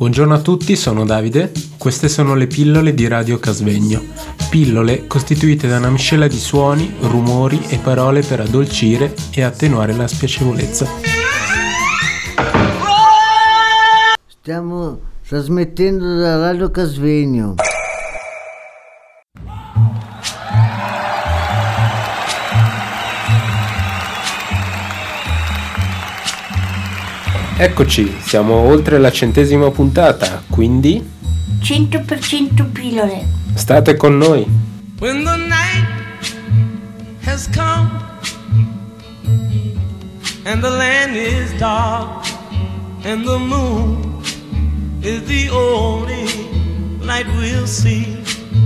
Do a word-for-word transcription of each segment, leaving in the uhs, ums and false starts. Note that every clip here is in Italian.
Buongiorno a tutti, sono Davide. Queste sono le pillole di Radio Casvegno. Pillole costituite da una miscela di suoni, rumori e parole per addolcire e attenuare la spiacevolezza. Stiamo trasmettendo da Radio Casvegno. Eccoci, siamo oltre la centesima puntata, quindi cento per cento pillole. State con noi. When the night has come and the land is dark and the moon is the only light we'll see.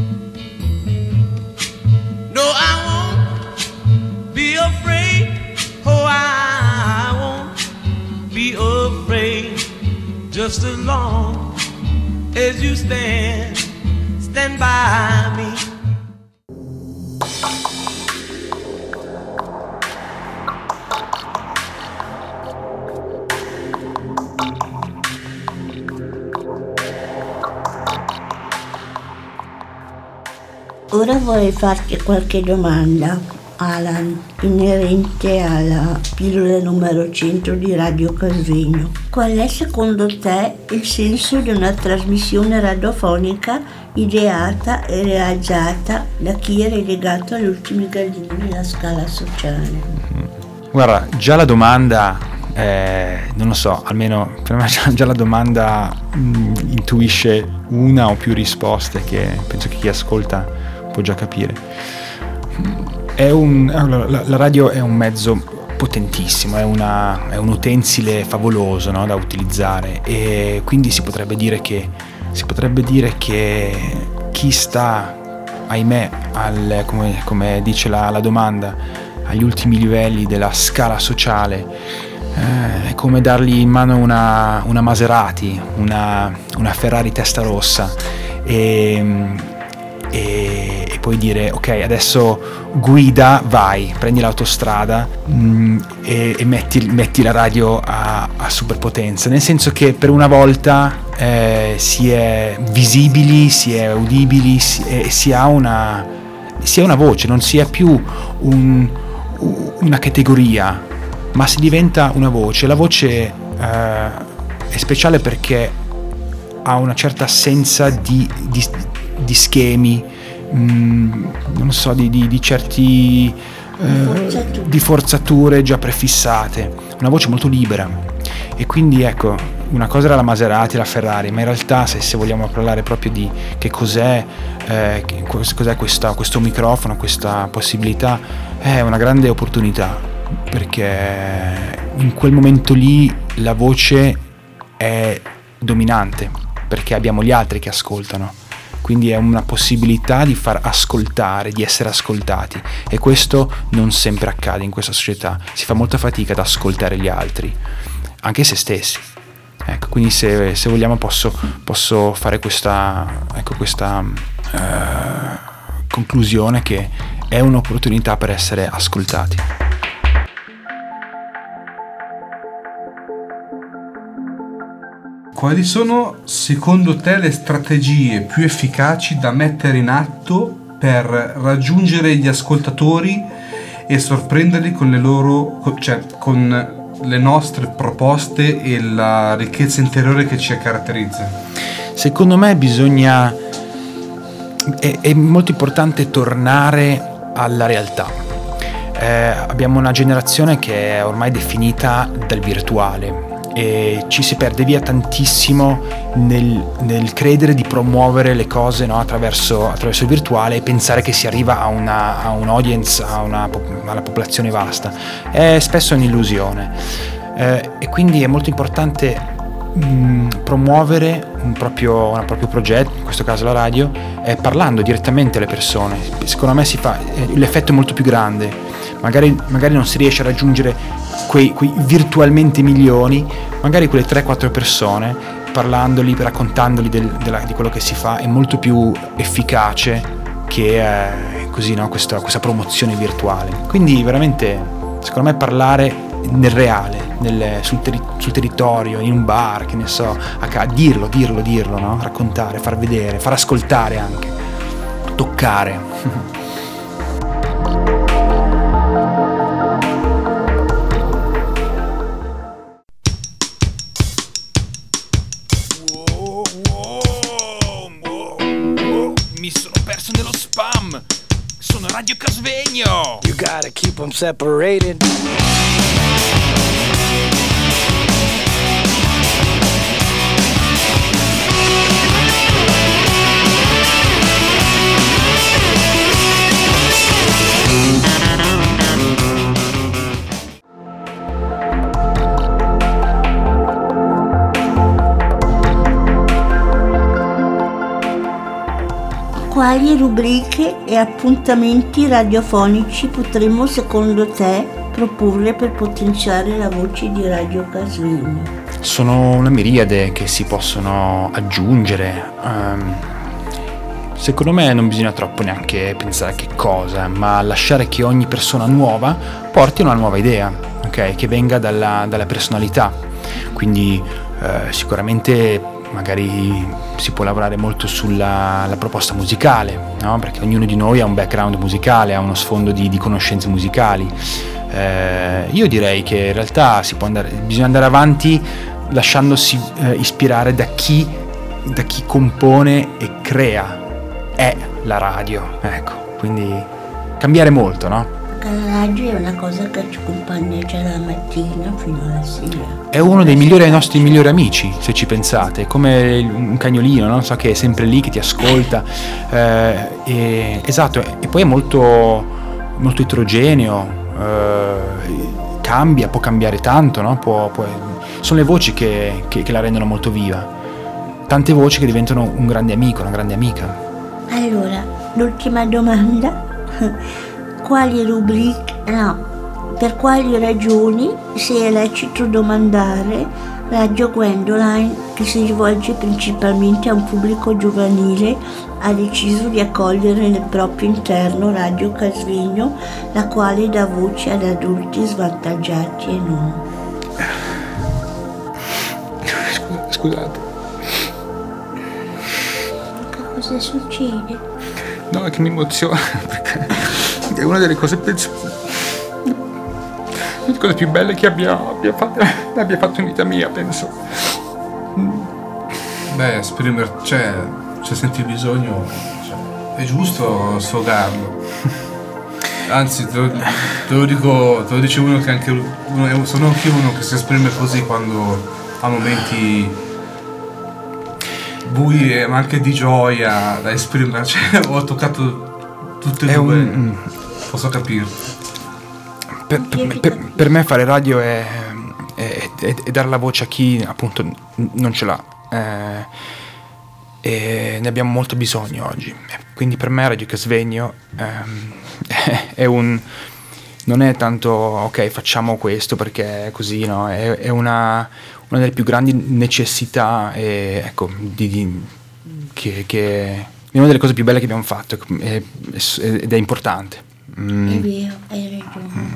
No, I won't be afraid. Oh, I won't be afraid. Just as long as you stand, stand by me. Ora vorrei farti qualche domanda, Alan, inerente alla pillola numero cento di Radio Casvegno. Qual è secondo te il senso di una trasmissione radiofonica ideata e realizzata da chi è relegato agli ultimi gradini della scala sociale? Guarda, già la domanda, eh, non lo so, almeno per me già, già la domanda mh, intuisce una o più risposte che penso che chi ascolta può già capire. È un, allora, la, la radio è un mezzo potentissimo, è, una, è un utensile favoloso, no, da utilizzare, e quindi si potrebbe dire che si potrebbe dire che chi sta, ahimè, al, come, come dice la, la domanda, agli ultimi livelli della scala sociale, eh, è come dargli in mano una, una Maserati, una, una Ferrari testa rossa e, e, e poi dire ok, adesso guida, vai, prendi l'autostrada mh, e, e metti, metti la radio a, a superpotenza, nel senso che per una volta eh, si è visibili, si è udibili, si, e si ha una, si ha una voce, non si è più un, una categoria, ma si diventa una voce. La voce eh, è speciale perché ha una certa assenza di, di, di schemi, mh, non so, di, di, di certi eh, di forzature già prefissate, una voce molto libera. E quindi ecco, una cosa era la Maserati, la Ferrari, ma in realtà se, se vogliamo parlare proprio di che cos'è, eh, che cos'è questa, questo microfono, questa possibilità, è una grande opportunità, perché in quel momento lì la voce è dominante, perché abbiamo gli altri che ascoltano, quindi è una possibilità di far ascoltare, di essere ascoltati, e questo non sempre accade in questa società. Si fa molta fatica ad ascoltare gli altri, anche se stessi. Ecco, quindi se, se vogliamo posso, posso fare questa, ecco, questa eh, conclusione che è un'opportunità per essere ascoltati. Quali sono secondo te le strategie più efficaci da mettere in atto per raggiungere gli ascoltatori e sorprenderli con le loro, cioè con le nostre proposte e la ricchezza interiore che ci caratterizza? Secondo me bisogna, è, è molto importante tornare alla realtà. Eh, abbiamo una generazione che è ormai definita dal virtuale e ci si perde via tantissimo nel, nel credere di promuovere le cose, no, attraverso, attraverso il virtuale, e pensare che si arriva a una a un audience, a una, alla popolazione vasta. È spesso un'illusione, eh, e quindi è molto importante mh, promuovere un proprio, un proprio progetto, in questo caso la radio, eh, parlando direttamente alle persone. Secondo me si fa, eh, l'effetto è molto più grande. Magari, magari non si riesce a raggiungere Quei, quei virtualmente milioni, magari quelle tre quattro persone, parlandoli, raccontandoli del, della, di quello che si fa, è molto più efficace che eh, così, no, questa, questa promozione virtuale. Quindi veramente, secondo me, parlare nel reale, nel, sul, terri- sul territorio, in un bar, che ne so, a, a dirlo, dirlo, dirlo, no? Raccontare, far vedere, far ascoltare anche, toccare. Mi sono perso nello spam. Sono Radio Casvegno. You gotta keep them separated. Quali rubriche e appuntamenti radiofonici potremmo secondo te proporre per potenziare la voce di Radio Casvegno? Sono una miriade che si possono aggiungere. Um, secondo me non bisogna troppo neanche pensare a che cosa, ma lasciare che ogni persona nuova porti una nuova idea, ok? Che venga dalla, dalla personalità. Quindi eh, sicuramente magari si può lavorare molto sulla la proposta musicale, no? Perché ognuno di noi ha un background musicale, ha uno sfondo di, di conoscenze musicali. Eh, io direi che in realtà si può andare, bisogna andare avanti lasciandosi eh, ispirare da chi, da chi compone e crea, è la radio, ecco, quindi cambiare molto, no? La radio è una cosa che ci accompagna già dalla mattina fino alla sera. È uno dei migliori dei nostri migliori amici, se ci pensate, come un cagnolino, non so, che è sempre lì, che ti ascolta. Eh, e, esatto, e poi è molto, molto eterogeneo, eh, cambia, può cambiare tanto, no? Può, può, sono le voci che, che, che la rendono molto viva. Tante voci che diventano un grande amico, una grande amica. Allora, l'ultima domanda. Quali rubriche, no, per quali ragioni, se è lecito domandare, Radio Gwendoline, che si rivolge principalmente a un pubblico giovanile, ha deciso di accogliere nel proprio interno Radio Casvegno, la quale dà voce ad adulti svantaggiati e non? Scusate. Che cosa succede? No, è che mi emoziona, perché è una delle cose, penso, le cose più belle che abbia, abbia, fatto, abbia fatto in vita mia, penso. Beh, esprimere, cioè, se senti bisogno, cioè, è giusto sfogarlo. Anzi, te lo, te lo dico, te lo dice uno che anche uno, sono anche uno che si esprime così quando ha momenti bui, ma anche di gioia da esprimere. Cioè, ho toccato tutte e è due. Un, posso capire. Per, per, per, per me fare radio è, è, è, è dare la voce a chi appunto non ce l'ha, eh, e ne abbiamo molto bisogno oggi. Quindi per me Radio Casvegno ehm, è un, non è tanto ok, facciamo questo perché è così, no? È, è una, una delle più grandi necessità, e, ecco, di, di, che, che è una delle cose più belle che abbiamo fatto, è, è, ed è importante. Mm. È vero, hai ragione. Mm.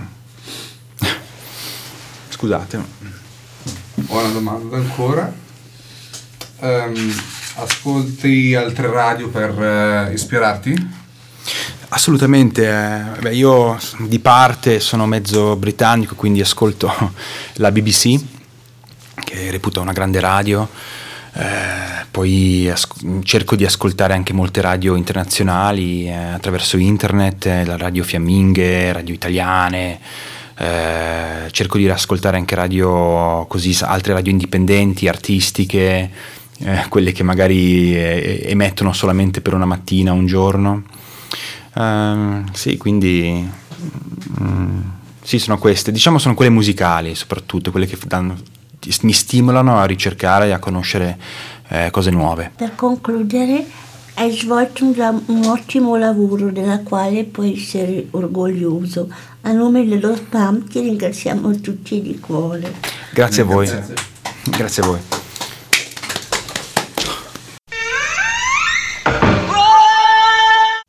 Scusate. Ho una domanda ancora. Um, ascolti altre radio per uh, ispirarti? Assolutamente. Eh, beh, io di parte sono mezzo britannico, quindi ascolto la B B C, che reputo una grande radio. Eh, poi as- cerco di ascoltare anche molte radio internazionali eh, attraverso internet, eh, la radio fiamminghe, radio italiane. Eh, cerco di ascoltare anche radio così, altre radio indipendenti, artistiche, eh, quelle che magari eh, emettono solamente per una mattina, un giorno. Eh, sì, quindi mm, sì, sono queste, diciamo, sono quelle musicali, soprattutto quelle che danno, mi stimolano a ricercare e a conoscere eh, cose nuove. Per concludere, hai svolto un, un ottimo lavoro della quale puoi essere orgoglioso. A nome dello Spam ti ringraziamo tutti di cuore. Grazie a voi. Grazie. Grazie a voi.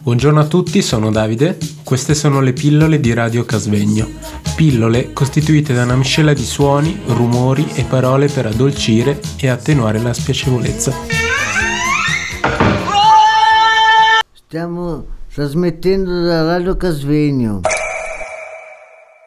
Buongiorno a tutti, sono Davide. Queste sono le pillole di Radio Casvegno. Pillole costituite da una miscela di suoni, rumori e parole per addolcire e attenuare la spiacevolezza. Stiamo trasmettendo da Radio Casvegno.